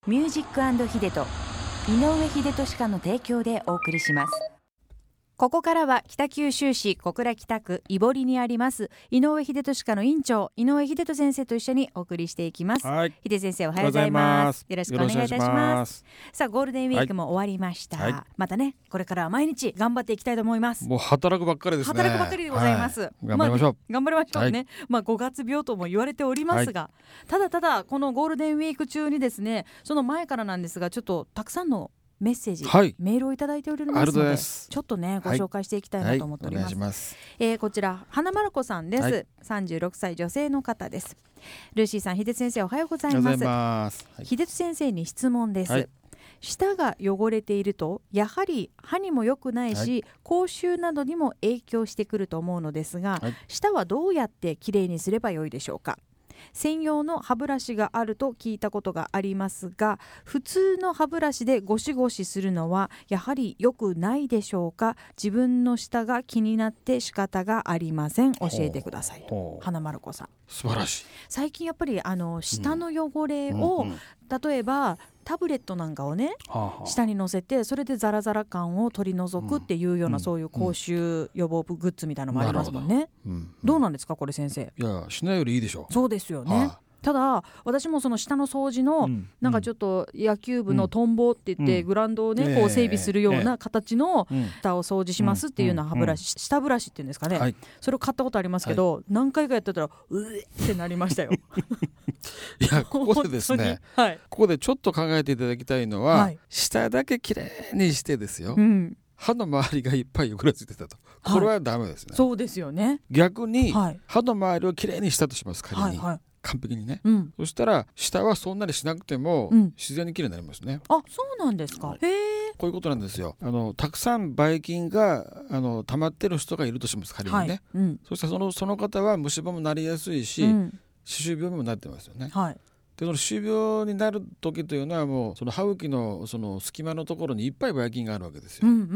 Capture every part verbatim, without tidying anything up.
ミュージック&ヒデと井上秀俊家の提供でお送りします。ここからは北九州市小倉北区井堀にあります井上秀俊家の院長井上秀俊先生と一緒にお送りしていきます。 はい、 秀先生おはようございます。よろしくお願いいたします。 ますさあゴールデンウィークも終わりました、はいはい、またねこれからは毎日頑張っていきたいと思います。 もう働くばっかりですね。 働くばっかりでございます、はい、 頑張りましょう、 まあ、頑張りましょうね、 はい、 まあ、ごがつ病とも言われておりますが、はい、ただただこのゴールデンウィーク中にですね、その前からなんですがちょっとたくさんのメッセージ、はい、メールをいただいておりますのでちょっとねご紹介していきたいなと思っております、はいはい、お願いします。えー、こちら花丸子さんです、はい、さんじゅうろくさい女性の方です。ルーシーさん、秀津先生おはようございます。 はい、 秀津先生に質問です、はい、舌が汚れているとやはり歯にも良くないし、はい、口臭などにも影響してくると思うのですが、はい、舌はどうやってきれいにすればよいでしょうか。専用の歯ブラシがあると聞いたことがありますが、普通の歯ブラシでゴシゴシするのはやはり良くないでしょうか。自分の舌が気になって仕方がありません。教えてくださいと。花丸子さん、 素晴らしい。 最近やっぱりあの舌の汚れを、うんうんうん、例えばタブレットなんかをね、はあはあ、下に乗せてそれでザラザラ感を取り除くっていうような、うん、そういう口臭予防グッズみたいなのもありますもんね、うんうん、どうなんですかこれ先生。 いやしないよりいいでしょ。 そうですよね、はあ、ただ私もその下の掃除の、うん、なんかちょっと野球部のトンボって言って、うん、グラウンドをね、うん、こう整備するような形の下を掃除しますっていうような歯ブラシ、うん、下ブラシっていうんですかね、はい、それを買ったことありますけど、はい、何回かやってたらうえってなりましたよいやここでですね、はい、ここでちょっと考えていただきたいのは、はい、下だけきれいにしてですよ、うん、歯の周りがいっぱい汚れついてたと、これはダメですね、 はい、そうですよね。 逆に、はい、歯の周りをきれいにしたとします仮に、はいはい、完璧にね、うん、そしたら下はそんなにしなくても、うん、自然にきれいになりますね。 あ、そうなんですか。へー、 こういうことなんですよ。あのたくさんばい菌があの溜まってる人がいるとします仮にね、はい、うん、そしたらその、その方は虫歯もなりやすいし、うん、歯周病にもなってますよね、はい、でその歯周病になる時というのはもうその歯茎のその隙間のところにいっぱいばい菌があるわけですよ、うんうんうん、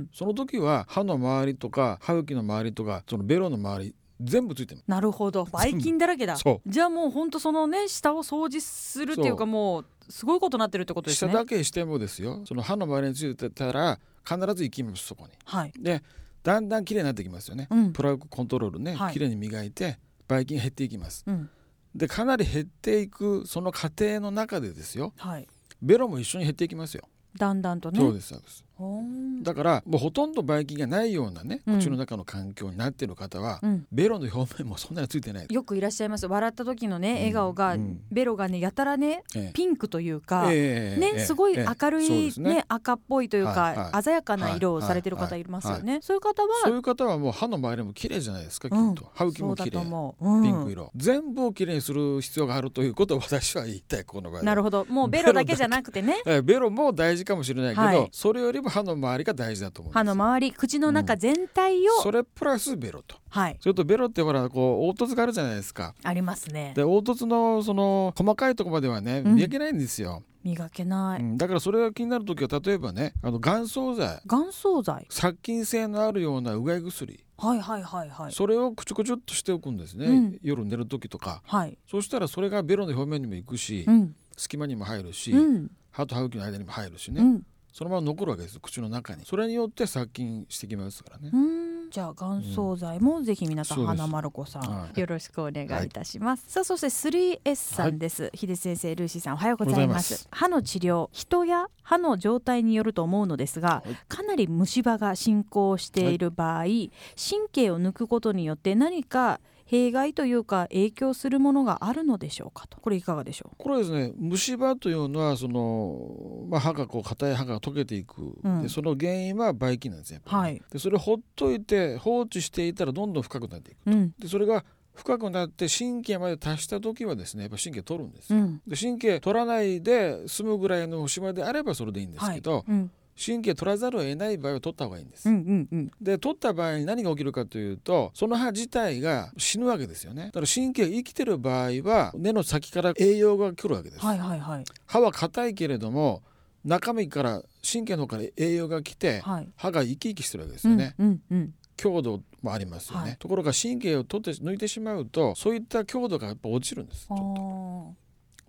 その時は歯の周りとか歯茎の周りとかそのベロの周り全部ついてます。 なるほど、ばい菌だらけだ。そう、じゃあもう本当そのね下を掃除するっていうかもうすごいことになってるってことですね。 下だけしてもですよ、その歯の周りについてたら必ず行きますそこに、はい、でだんだんきれいになってきますよね、うん、プラークコントロールね、はい、きれいに磨いてばい菌減っていきます、うん、でかなり減っていくその過程の中でですよ、はい、ベロも一緒に減っていきますよ、 だんだんとね。 そうですそうです。だからもうほとんどばい菌がないようなね、うん、口の中の環境になっている方は、うん、ベロの表面もそんなについてない。 よくいらっしゃいます。笑った時のね、うん、笑顔が、うん、ベロがねやたらね、ええ、ピンクというか、ええね、すごい明るい、ええねね、赤っぽいというか、はいはい、鮮やかな色をされてる方いますよね、はいはいはい、そういう方はそういう方はもう歯の周りも綺麗じゃないですか、きっと、うん、歯茎も綺麗、うん、ピンク色全部を綺麗にする必要があるということを私は言いたい。この場合なるほど、もうベロだけじゃなくてねベロも大事かもしれないけど、はい、それよりも歯の周りが大事だと思うんです。 歯の周り、口の中全体を、 うん、それプラスベロと、はい、それとベロってほらこう凹凸があるじゃないですか。 ありますね。 で凹凸のその細かいところまではね、うん、磨けないんですよ。 磨けない、うん、 だからそれが気になるときは例えばね、あの乾燥剤乾燥剤殺菌性のあるようなうがい薬、 はいはいはいはい、 それをくちゅくちゅっとしておくんですね、うん、夜寝るときとか、はい、そしたらそれがベロの表面にも行くし、うん、隙間にも入るし、うん、歯と歯茎の間にも入るしね、うん、そのまま残るわけです。口の中にそれによって殺菌してきますからね。うーん、 じゃあ乾燥剤もぜひ皆さん、うん、花丸子さん、はい、よろしくお願いいたします、はい、さあそして スリーエス さんです、はい、秀先生、ルーシーさんおはようございます。歯の治療、人や歯の状態によると思うのですが、はい、かなり虫歯が進行している場合、はい、神経を抜くことによって何か弊害というか影響するものがあるのでしょうかと。これいかがでしょう。 これはですね、虫歯というのはその、まあ、歯がこう硬い歯が溶けていく、うん、でその原因はばい菌なんですよ、はい、でそれをほっといて放置していたらどんどん深くなっていくと、うん、でそれが深くなって神経まで達した時はですね、やっぱ神経取るんですよ、うん、で神経取らないで済むぐらいの虫歯であればそれでいいんですけど、はい、うん、神経取らざるを得ない場合は取った方がいいんです、うんうんうん、で取った場合に何が起きるかというと、その歯自体が死ぬわけですよね。だから神経が生きてる場合は根の先から栄養が来るわけです、はいはいはい、歯は硬いけれども中身から神経の方から栄養が来て、はい、歯が生き生きしてるわけですよね、うんうんうん、強度もありますよね、はい、ところが神経を取って抜いてしまうとそういった強度がやっぱ落ちるんです。ちょっと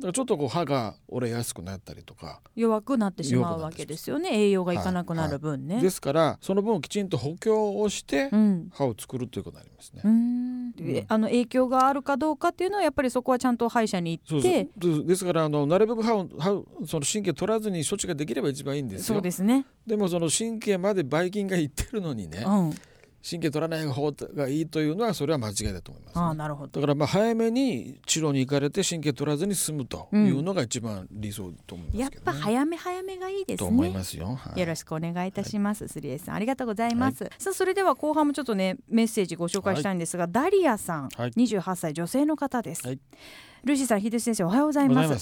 からちょっとこう歯が折れやすくなったりとか弱くなってしまうわけですよね。栄養がいかなくなる分ね、 はいはい、ですからその分きちんと補強をして歯を作るということになりますね、 うんうん、あの影響があるかどうかっていうのはやっぱりそこはちゃんと歯医者に行って。 そうそうですからあのなるべく歯を歯をその神経取らずに処置ができれば一番いいんですよ。 そうですね。 でもその神経までばい菌がいってるのにね、うん、神経取らない方がいいというのはそれは間違いだと思います、ね、 あ、なるほど。 だからまあ早めに治療に行かれて神経取らずに済むというのが一番理想と思いますけど、ね、 やっぱ早め早めがいいですね。 と思いますよ、 はい、よろしくお願いいたします、はい、スリエさんありがとうございます、はい、さあそれでは後半もちょっとねメッセージご紹介したいんですが、はい、ダリアさん、はい、にじゅうはっさい女性の方です、はい、ルーシーさん、秀先生おはようございます。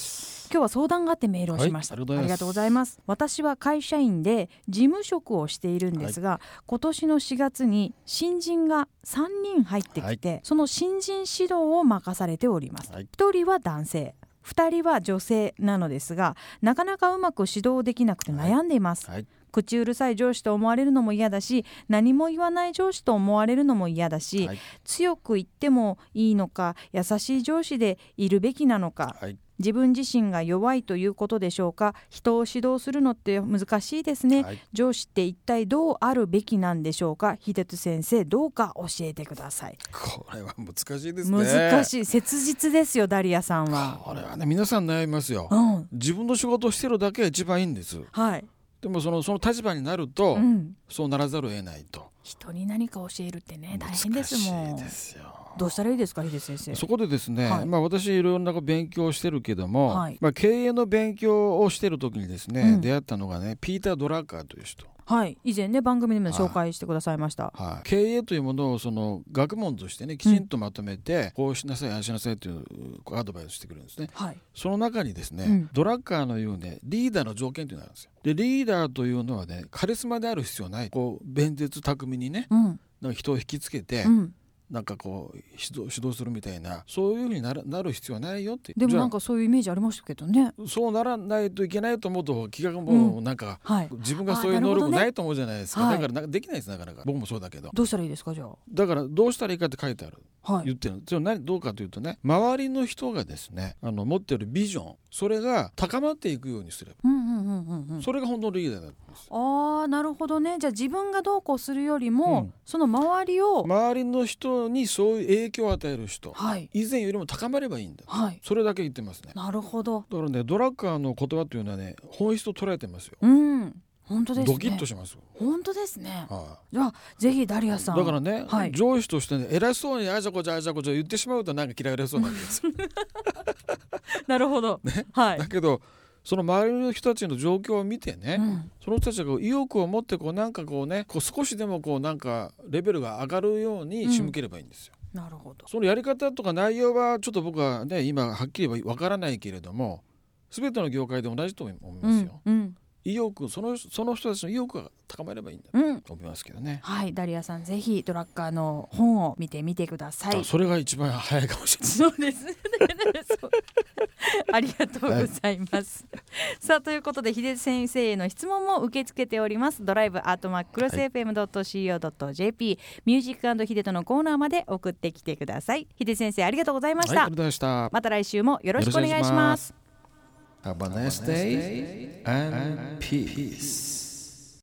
今日は相談があってメールをしました、はい、ありがとうございます。私は会社員で事務職をしているんですが、はい、今年のしがつに新人がさんにん入ってきて、はい、その新人指導を任されております、はい、ひとりは男性ふたりは女性なのですが、なかなかうまく指導できなくて悩んでいます、はいはい、口うるさい上司と思われるのも嫌だし、何も言わない上司と思われるのも嫌だし、はい、強く言ってもいいのか、優しい上司でいるべきなのか、はい、自分自身が弱いということでしょうか。人を指導するのって難しいですね、はい、上司って一体どうあるべきなんでしょうか。秀津先生どうか教えてください。 これは難しいですね。 難しい、切実ですよダリアさんは。 これはね皆さん悩みますよ、うん、自分の仕事をしてるだけが一番いいんです、はい、でもその、その立場になると、うん、そうならざるを得ないと。 人に何か教えるってね大変ですもん。難しいですよ。どうしたらいいですか秀先生。 そこでですね、はい、まあ、私いろんな勉強をしてるけども、はい、まあ、経営の勉強をしてる時にですね、うん、出会ったのがねピーター・ドラッカーという人、 はい、以前ね番組でも紹介してくださいました、 はいはい、経営というものをその学問としてねきちんとまとめて、うん、こうしなさいああしなさいというアドバイスしてくるんですね、はい、その中にですね、うん、ドラッカーの言うねリーダーの条件というのがあるんですよ。でリーダーというのはねカリスマである必要ない、こう弁舌巧みにね、うん、なんか人を引きつけて、うん、なんかこう指導、指導するみたいなそういう風になる、なる必要はないよって。 でもなんかそういうイメージありましたけどね。 そうならないといけないと思うと気がもうなんか、うん、はい、自分がそういう能力ないと思うじゃないですか、ね、だからなんかできないですなかなか。僕もそうだけど。 どうしたらいいですかじゃあ。 だからどうしたらいいかって書いてある、はい、言ってるの。それ何どうかというとね、周りの人がですねあの持っているビジョン、それが高まっていくようにすれば、うんうんうんうんうん、それが本当のリーダーなんです。 ああなるほどね。じゃあ自分がどうこうするよりも、うん、その周りを周りの人にそういう影響を与える人、はい、以前よりも高まればいいんだ、はい、それだけ言ってますね。 なるほど。 だからねドラッカーの言葉というのはね本質を捉えてますよ。 うん、本当ですね。 ドキッとします。 本当ですね、はあ、じゃあぜひダリアさんだからね、はい、上司としてね偉そうにあじゃこじゃあじゃこじゃ言ってしまうとなんか嫌われそうなんですなるほど、 ね、はい、だけどその周りの人たちの状況を見てね、うん、その人たちが意欲を持ってこうなんかこうねこう少しでもこうなんかレベルが上がるように仕向ければいいんですよ、 うん、なるほど。 そのやり方とか内容はちょっと僕はね今はっきりは分からないけれども全ての業界で同じと思いますよ、うんうん、意欲 その、その人たちの意欲が高まればいいんだと思いますけどね、 うん、はい。ダリアさんぜひドラッカーの本を見てみてください。 それが一番早いかもしれない。 そうですありがとうございます、はい、さあということで秀津先生への質問も受け付けております。ドライブアートマッククロス エフエムドットシーオードットジェーピー、はい、ミュージック&秀津のコーナーまで送ってきてください。秀津先生ありがとうございました、はい、 ありがとうございました。 また来週もよろしくお願いします。 Have a nice day and peace.